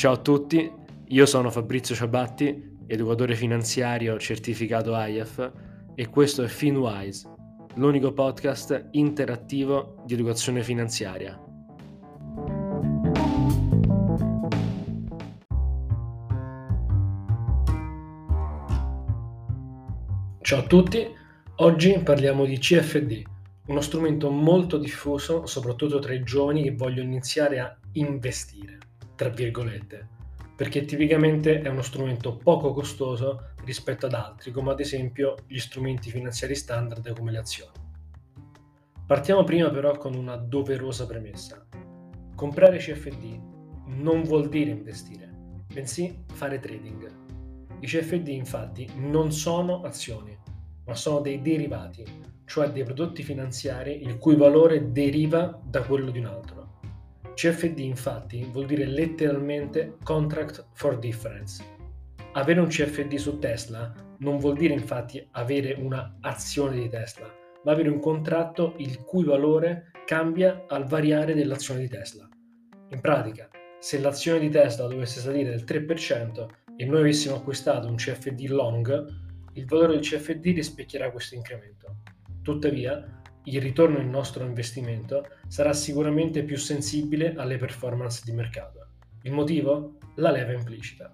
Ciao a tutti, io sono Fabrizio Ciabatti, educatore finanziario certificato IAF e questo è FinWise, l'unico podcast interattivo di educazione finanziaria. Ciao a tutti, oggi parliamo di CFD, uno strumento molto diffuso soprattutto tra i giovani che vogliono iniziare a investire, tra virgolette, perché tipicamente è uno strumento poco costoso rispetto ad altri, come ad esempio gli strumenti finanziari standard come le azioni. Partiamo prima però con una doverosa premessa. Comprare CFD non vuol dire investire, bensì fare trading. I CFD infatti non sono azioni, ma sono dei derivati, cioè dei prodotti finanziari il cui valore deriva da quello di un altro. CFD infatti vuol dire letteralmente Contract for Difference. Avere un CFD su Tesla non vuol dire infatti avere una azione di Tesla, ma avere un contratto il cui valore cambia al variare dell'azione di Tesla. In pratica, se l'azione di Tesla dovesse salire del 3% e noi avessimo acquistato un CFD long, il valore del CFD rispecchierà questo incremento. Tuttavia, il ritorno del nostro investimento sarà sicuramente più sensibile alle performance di mercato. Il motivo? La leva implicita.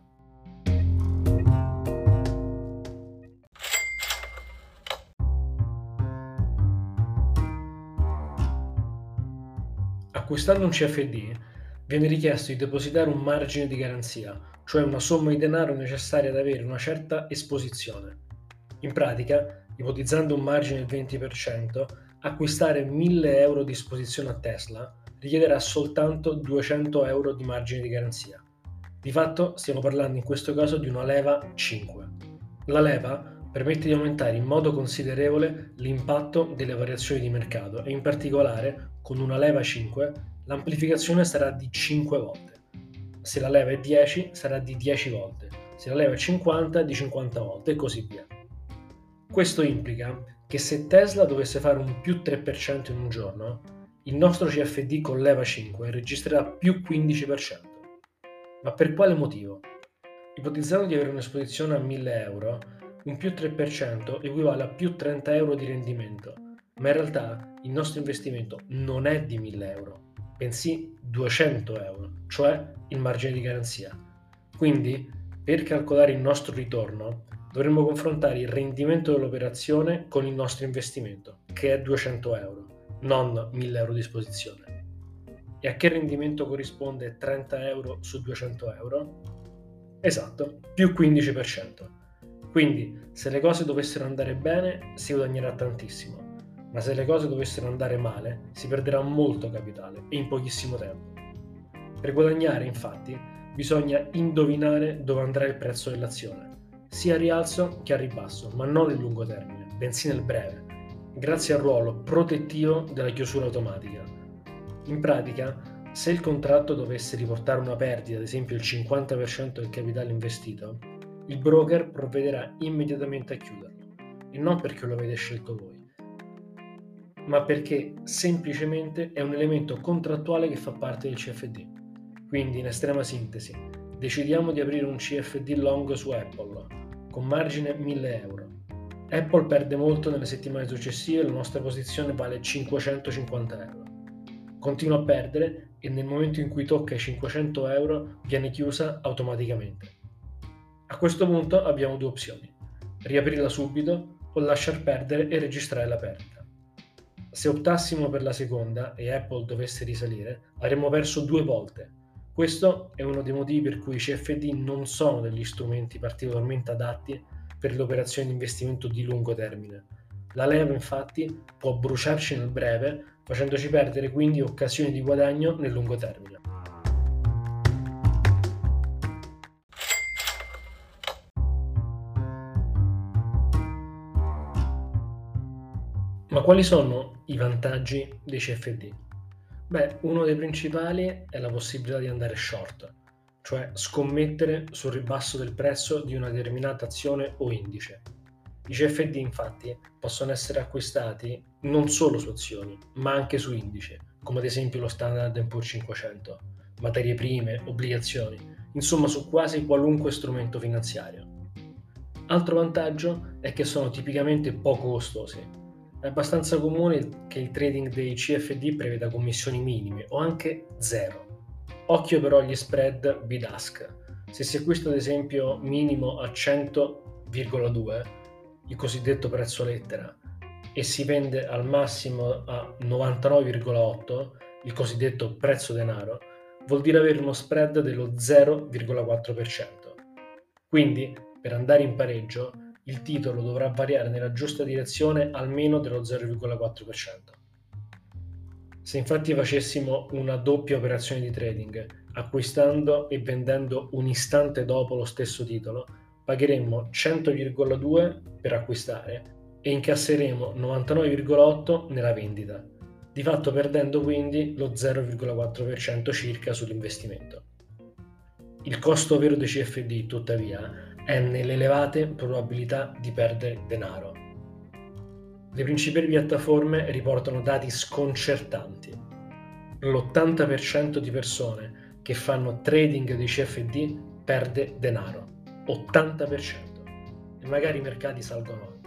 Acquistando un CFD viene richiesto di depositare un margine di garanzia, cioè una somma di denaro necessaria ad avere una certa esposizione. In pratica, ipotizzando un margine del 20%, acquistare 1000 euro di esposizione a Tesla richiederà soltanto 200 euro di margine di garanzia. Di fatto stiamo parlando in questo caso di una leva 5. La leva permette di aumentare in modo considerevole l'impatto delle variazioni di mercato e in particolare con una leva 5 l'amplificazione sarà di 5 volte. Se la leva è 10 sarà di 10 volte, se la leva è 50 di 50 volte e così via. Questo implica che se Tesla dovesse fare un più 3% in un giorno, il nostro CFD con leva 5 registrerà più 15%. Ma per quale motivo? Ipotizzando di avere un'esposizione a 1000 euro, un più 3% equivale a più 30 euro di rendimento, ma in realtà il nostro investimento non è di 1000 euro, bensì 200 euro, cioè il margine di garanzia. Quindi, per calcolare il nostro ritorno, dovremmo confrontare il rendimento dell'operazione con il nostro investimento, che è 200 euro, non 1000 euro di esposizione. E a che rendimento corrisponde 30 euro su 200 euro? Esatto, più 15%. Quindi, se le cose dovessero andare bene, si guadagnerà tantissimo, ma se le cose dovessero andare male, si perderà molto capitale e in pochissimo tempo. Per guadagnare, infatti, bisogna indovinare dove andrà il prezzo dell'azione, sia a rialzo che a ribasso, ma non nel lungo termine, bensì nel breve, grazie al ruolo protettivo della chiusura automatica. In pratica, se il contratto dovesse riportare una perdita, ad esempio il 50% del capitale investito, il broker provvederà immediatamente a chiuderlo, e non perché lo avete scelto voi, ma perché semplicemente è un elemento contrattuale che fa parte del CFD. Quindi, in estrema sintesi, decidiamo di aprire un CFD long su Apple, con margine 1000 euro. Apple perde molto nelle settimane successive e la nostra posizione vale 550 euro. Continua a perdere e nel momento in cui tocca i 500 euro viene chiusa automaticamente. A questo punto abbiamo due opzioni: riaprirla subito o lasciar perdere e registrare la perdita. Se optassimo per la seconda e Apple dovesse risalire, avremmo perso 2 volte. Questo è uno dei motivi per cui i CFD non sono degli strumenti particolarmente adatti per le operazioni di investimento di lungo termine. La leva infatti può bruciarci nel breve, facendoci perdere quindi occasioni di guadagno nel lungo termine. Ma quali sono i vantaggi dei CFD? Beh, uno dei principali è la possibilità di andare short, cioè scommettere sul ribasso del prezzo di una determinata azione o indice. I CFD infatti possono essere acquistati non solo su azioni, ma anche su indici, come ad esempio lo Standard & Poor's 500, materie prime, obbligazioni. insomma su quasi qualunque strumento finanziario. Altro vantaggio è che sono tipicamente poco costosi. È abbastanza comune che il trading dei CFD preveda commissioni minime o anche zero. Occhio però agli spread bid-ask. Se si acquista ad esempio minimo a 100,2, il cosiddetto prezzo lettera, e si vende al massimo a 99,8, il cosiddetto prezzo denaro, vuol dire avere uno spread dello 0,4%. Quindi, per andare in pareggio, il titolo dovrà variare nella giusta direzione almeno dello 0,4%. Se infatti facessimo una doppia operazione di trading, acquistando e vendendo un istante dopo lo stesso titolo, pagheremmo 100,2 per acquistare e incasseremo 99,8 nella vendita, di fatto perdendo quindi lo 0,4% circa sull'investimento. Il costo vero dei CFD, tuttavia, è nelle elevate probabilità di perdere denaro. Le principali piattaforme riportano dati sconcertanti. L'80% di persone che fanno trading dei CFD perde denaro. 80%. E magari i mercati salgono anche.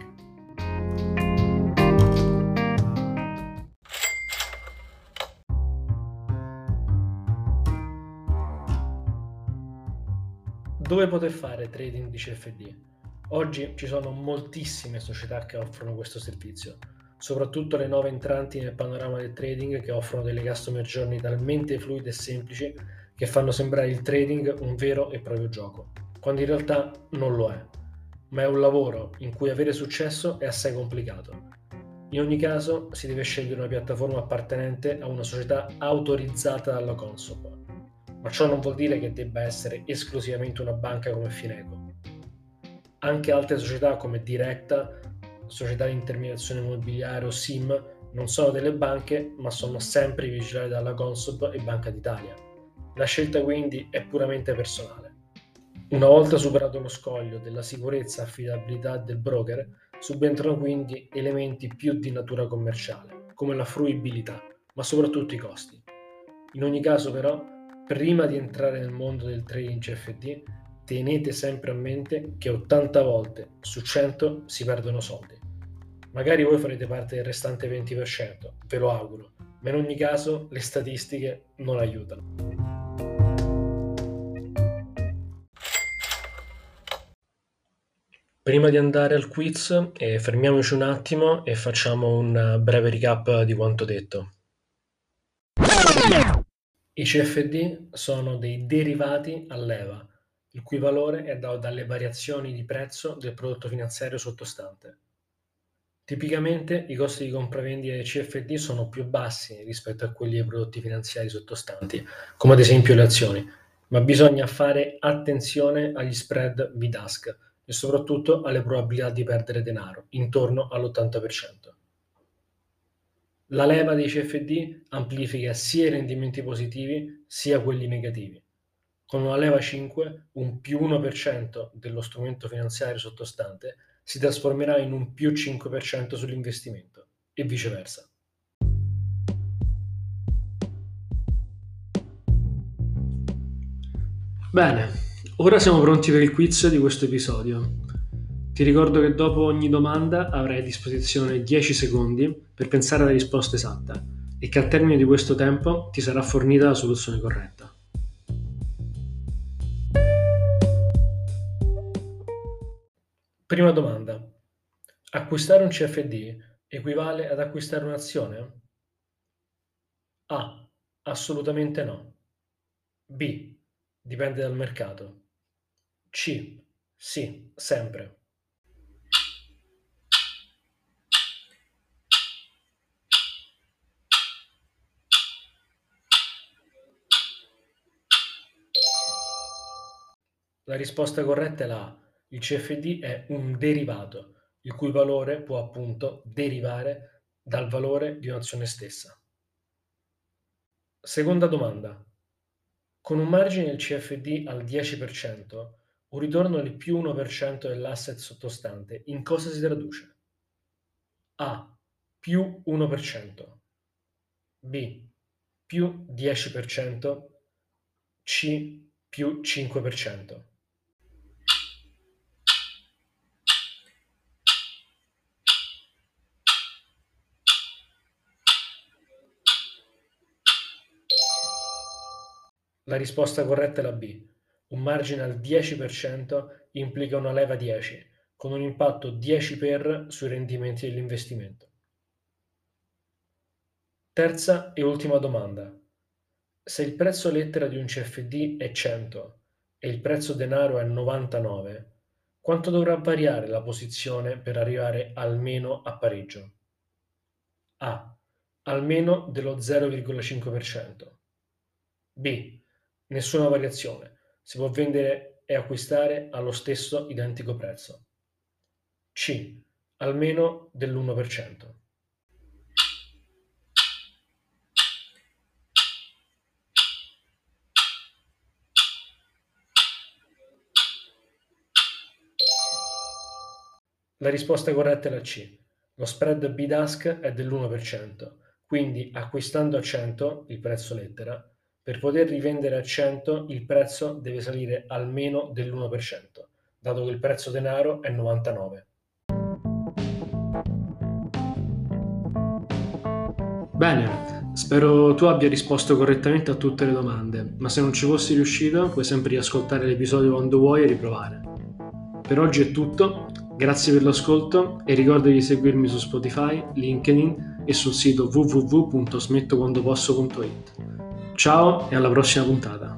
Dove poter fare trading di CFD? Oggi ci sono moltissime società che offrono questo servizio, soprattutto le nuove entranti nel panorama del trading che offrono delle customer journey talmente fluide e semplici che fanno sembrare il trading un vero e proprio gioco, quando in realtà non lo è, ma è un lavoro in cui avere successo è assai complicato. In ogni caso si deve scegliere una piattaforma appartenente a una società autorizzata dalla Consob, ma ciò non vuol dire che debba essere esclusivamente una banca come Fineco. Anche altre società come Directa, società di intermediazione immobiliare o SIM non sono delle banche, ma sono sempre vigilate dalla Consob e Banca d'Italia. La scelta quindi è puramente personale. Una volta superato lo scoglio della sicurezza e affidabilità del broker, subentrano quindi elementi più di natura commerciale, come la fruibilità, ma soprattutto i costi. In ogni caso però, prima di entrare nel mondo del trading CFD, tenete sempre a mente che 80 volte su 100 si perdono soldi. Magari voi farete parte del restante 20%, ve lo auguro, ma in ogni caso le statistiche non aiutano. Prima di andare al quiz, fermiamoci un attimo e facciamo un breve recap di quanto detto. I CFD sono dei derivati a leva, il cui valore è dato dalle variazioni di prezzo del prodotto finanziario sottostante. Tipicamente i costi di compravendita dei CFD sono più bassi rispetto a quelli dei prodotti finanziari sottostanti, come ad esempio le azioni, ma bisogna fare attenzione agli spread bid-ask e soprattutto alle probabilità di perdere denaro, intorno all'80%. La leva dei CFD amplifica sia i rendimenti positivi sia quelli negativi. Con una leva 5, un più 1% dello strumento finanziario sottostante si trasformerà in un più 5% sull'investimento e viceversa. Bene, ora siamo pronti per il quiz di questo episodio. Ti ricordo che dopo ogni domanda avrai a disposizione 10 secondi per pensare alla risposta esatta e che al termine di questo tempo ti sarà fornita la soluzione corretta. Prima domanda. Acquistare un CFD equivale ad acquistare un'azione? A. Assolutamente no. B. Dipende dal mercato. C. Sì, sempre. La risposta corretta è la A. Il CFD è un derivato, il cui valore può appunto derivare dal valore di un'azione stessa. Seconda domanda. Con un margine del CFD al 10%, un ritorno del più 1% dell'asset sottostante in cosa si traduce? A. Più 1%. B. Più 10%. C. più 5%. La risposta corretta è la B. Un margine al 10% implica una leva 10, con un impatto 10 per sui rendimenti dell'investimento. Terza e ultima domanda. Se il prezzo lettera di un CFD è 100 e il prezzo denaro è 99, quanto dovrà variare la posizione per arrivare almeno a pareggio? A. Almeno dello 0,5%. B. Nessuna variazione. Si può vendere e acquistare allo stesso identico prezzo. C. Almeno dell'1%. La risposta corretta è la C. Lo spread bid-ask è dell'1%, quindi acquistando a 100 il prezzo lettera, per poter rivendere a 100 il prezzo deve salire almeno dell'1%, dato che il prezzo denaro è 99. Bene, spero tu abbia risposto correttamente a tutte le domande, ma se non ci fossi riuscito puoi sempre riascoltare l'episodio quando vuoi e riprovare. Per oggi è tutto, grazie per l'ascolto e ricorda di seguirmi su Spotify, LinkedIn e sul sito www.smettoquandoposso.it. Ciao e alla prossima puntata!